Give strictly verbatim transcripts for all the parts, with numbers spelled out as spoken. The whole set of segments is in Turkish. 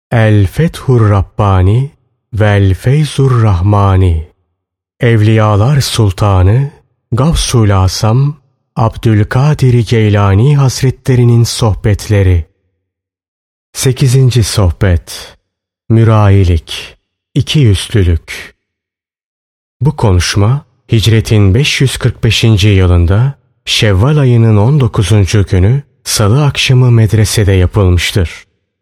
El Fethur Rabbani vel Feyzur Rahmani. Evliyalar Sultanı Gavsul Asam Abdülkadir Geylani Hazretlerinin sohbetleri. sekizinci sohbet. Mürailik, ikiyüzlülük. Bu konuşma Hicretin beş yüz kırk beşinci yılında Şevval ayının on dokuzuncu günü Salı akşamı medresede yapılmıştır.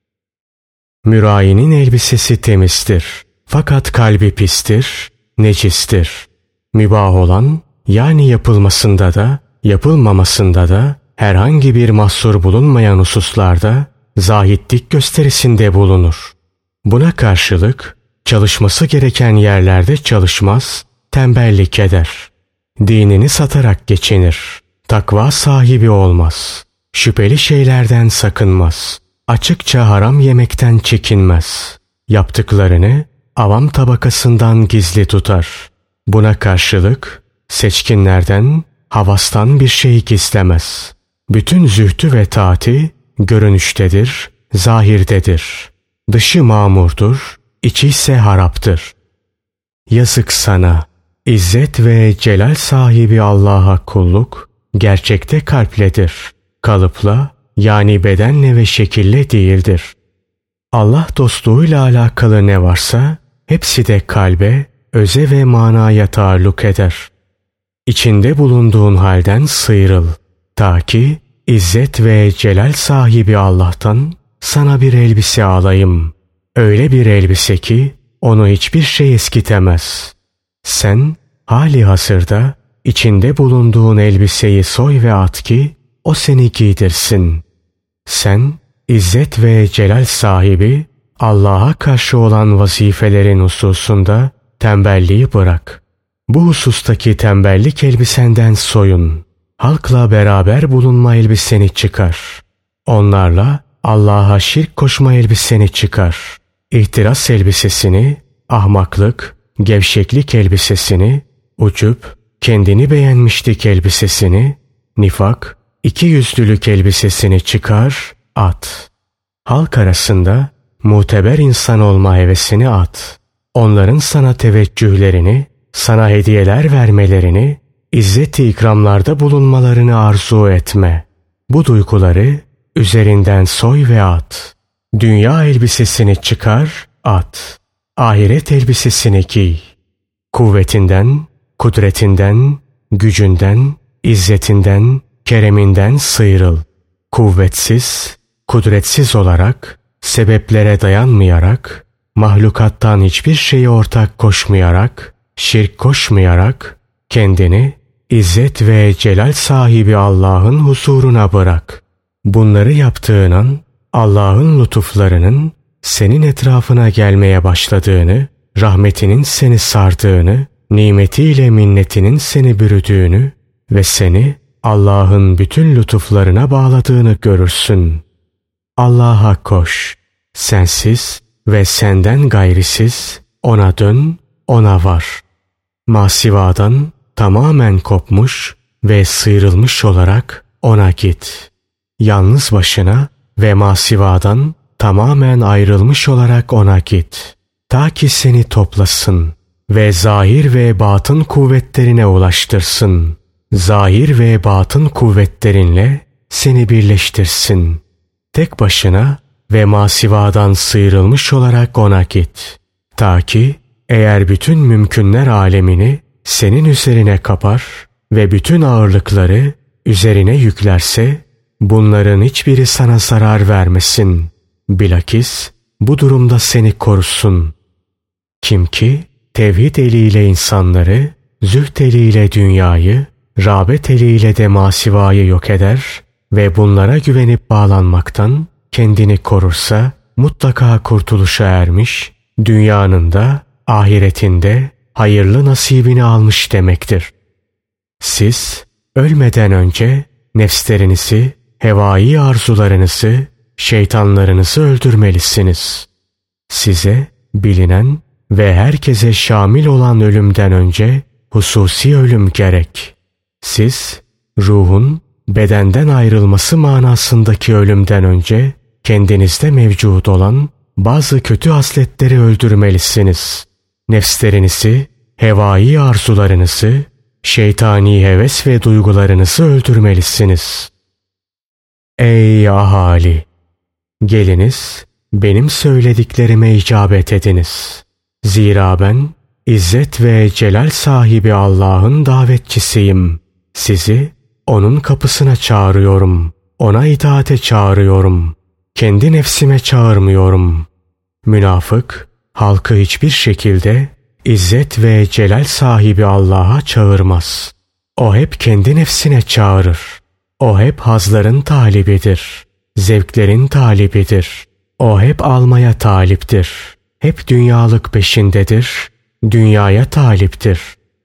Mürayinin elbisesi temizdir. Fakat kalbi pistir, necistir. Mübah olan, yani yapılmasında da, yapılmamasında da, herhangi bir mahsur bulunmayan hususlarda, zahitlik gösterisinde bulunur. Buna karşılık, çalışması gereken yerlerde çalışmaz, tembellik eder. Dinini satarak geçinir. Takva sahibi olmaz. Şüpheli şeylerden sakınmaz. Açıkça haram yemekten çekinmez. Yaptıklarını avam tabakasından gizli tutar. Buna karşılık seçkinlerden, havastan bir şey gizlemez. Bütün zühdü ve taati görünüştedir, zahirdedir. Dışı mamurdur, içi ise haraptır. Yazık sana, İzzet ve celal sahibi Allah'a kulluk gerçekte kalpledir. Kalıpla, yani bedenle ve şekille değildir. Allah dostluğuyla alakalı ne varsa hepsi de kalbe, öze ve manaya taalluk eder. İçinde bulunduğun halden sıyrıl. Ta ki İzzet ve celal sahibi Allah'tan sana bir elbise alayım. Öyle bir elbise ki onu hiçbir şey eskitemez. Sen hali hazırda içinde bulunduğun elbiseyi soy ve at ki o seni giydirsin. Sen İzzet ve celal sahibi Allah'a karşı olan vazifelerin hususunda tembelliği bırak. Bu husustaki tembellik elbisenden soyun. Halkla beraber bulunma elbiseni çıkar. Onlarla Allah'a şirk koşma elbiseni çıkar. İhtiras elbisesini, ahmaklık, gevşeklik elbisesini, ucup, kendini beğenmişlik elbisesini, nifak, ikiyüzlülük elbisesini çıkar, at. Halk arasında muteber insan olma hevesini at. Onların sana teveccühlerini, sana hediyeler vermelerini, izzet-i ikramlarda bulunmalarını arzu etme. Bu duyguları üzerinden soy ve at. Dünya elbisesini çıkar, at. Ahiret elbisesini giy. Kuvvetinden, kudretinden, gücünden, izzetinden, kereminden sıyrıl. Kuvvetsiz, kudretsiz olarak, sebeplere dayanmayarak, mahlukattan hiçbir şeye ortak koşmayarak, şirk koşmayarak, kendini İzzet ve celal sahibi Allah'ın huzuruna bırak. Bunları yaptığın an Allah'ın lütuflarının senin etrafına gelmeye başladığını, rahmetinin seni sardığını, nimetiyle minnetinin seni bürüdüğünü ve seni Allah'ın bütün lütuflarına bağladığını görürsün. Allah'a koş, sensiz ve senden gayrisiz, ona dön, ona var. Masivadan tamamen kopmuş ve sıyrılmış olarak ona git. Yalnız başına ve masivadan tamamen ayrılmış olarak ona git. Ta ki seni toplasın ve zahir ve batın kuvvetlerine ulaştırsın. Zahir ve batın kuvvetlerinle seni birleştirsin. Tek başına ve masivadan sıyrılmış olarak ona git. Ta ki eğer bütün mümkünler alemini senin üzerine kapar ve bütün ağırlıkları üzerine yüklerse, bunların hiçbiri sana zarar vermesin. Bilakis bu durumda seni korusun. Kim ki tevhid eliyle insanları, zühd eliyle dünyayı, rağbet eliyle de masivayı yok eder ve bunlara güvenip bağlanmaktan kendini korursa, mutlaka kurtuluşa ermiş, dünyanın da ahiretinde hayırlı nasibini almış demektir. Siz ölmeden önce nefslerinizi, hevai arzularınızı, şeytanlarınızı öldürmelisiniz. Size bilinen ve herkese şamil olan ölümden önce hususi ölüm gerek. Siz ruhun bedenden ayrılması manasındaki ölümden önce kendinizde mevcut olan bazı kötü hasletleri öldürmelisiniz. Nefslerinizi, hevai arzularınızı, şeytani heves ve duygularınızı öldürmelisiniz. Ey ahali! Geliniz, benim söylediklerime icabet ediniz. Zira ben, İzzet ve celal sahibi Allah'ın davetçisiyim. Sizi, onun kapısına çağırıyorum. Ona itaate çağırıyorum. Kendi nefsime çağırmıyorum. Münafık, halkı hiçbir şekilde İzzet ve celal sahibi Allah'a çağırmaz. O hep kendi nefsine çağırır. O hep hazların talibidir. Zevklerin talibidir. O hep almaya taliptir. Hep dünyalık peşindedir. Dünyaya taliptir.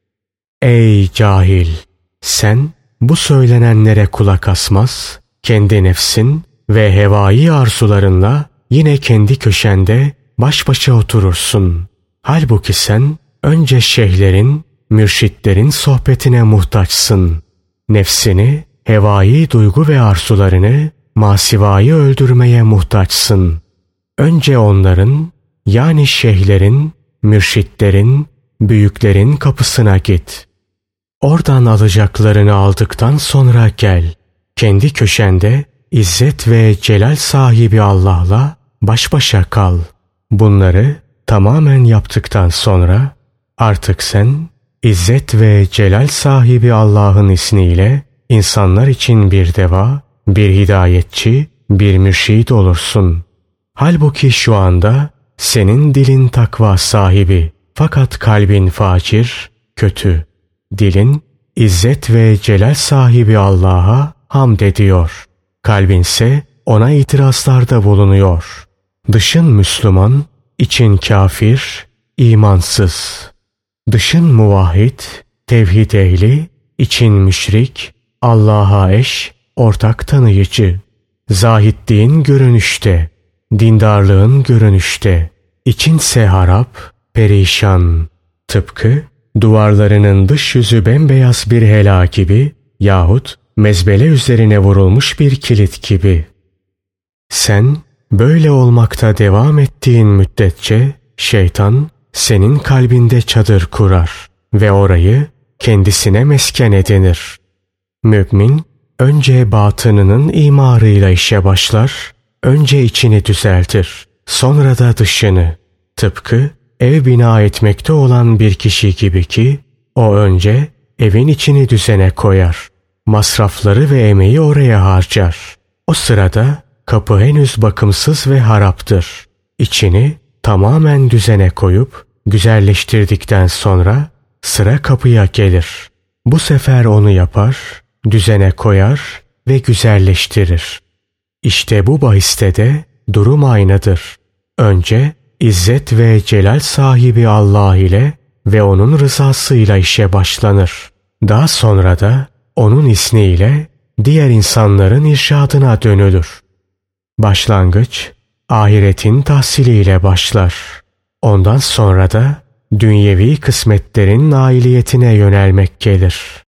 Ey cahil! Sen bu söylenenlere kulak asmaz, kendi nefsin ve hevai arzularınla yine kendi köşende baş başa oturursun. Halbuki sen önce şeyhlerin, mürşitlerin sohbetine muhtaçsın. Nefsini, hevai duygu ve arzularını, masivayı öldürmeye muhtaçsın. Önce onların, yani şeyhlerin, mürşitlerin, büyüklerin kapısına git. Oradan alacaklarını aldıktan sonra gel. Kendi köşende İzzet ve celal sahibi Allah'la baş başa kal. Bunları tamamen yaptıktan sonra artık sen İzzet ve celal sahibi Allah'ın ismiyle insanlar için bir deva, bir hidayetçi, bir mürşid olursun. Halbuki şu anda senin dilin takva sahibi fakat kalbin facir, kötü. Dilin İzzet ve celal sahibi Allah'a hamd ediyor. Kalbinse ona itirazlarda bulunuyor. Dışın Müslüman, için kafir, imansız. Dışın muvahhid, tevhid ehli, için müşrik, Allah'a eş, ortak tanıyıcı. Zahitliğin görünüşte, dindarlığın görünüşte. İçinse harap, perişan. Tıpkı duvarlarının dış yüzü bembeyaz bir hela gibi yahut mezbele üzerine vurulmuş bir kilit gibi. Sen böyle olmakta devam ettiğin müddetçe şeytan senin kalbinde çadır kurar ve orayı kendisine mesken edinir. Mümin önce batınının imarıyla işe başlar, önce içini düzeltir, sonra da dışını. Tıpkı ev bina etmekte olan bir kişi gibi ki o önce evin içini düzene koyar. Masrafları ve emeği oraya harcar. O sırada kapı henüz bakımsız ve haraptır. İçini tamamen düzene koyup güzelleştirdikten sonra sıra kapıya gelir. Bu sefer onu yapar, düzene koyar ve güzelleştirir. İşte bu bahiste de durum aynıdır. Önce İzzet ve celal sahibi Allah ile ve onun rızasıyla işe başlanır. Daha sonra da onun izniyle diğer insanların irşadına dönülür. Başlangıç ahiretin tahsiliyle başlar. Ondan sonra da dünyevi kısmetlerin nailiyetine yönelmek gelir.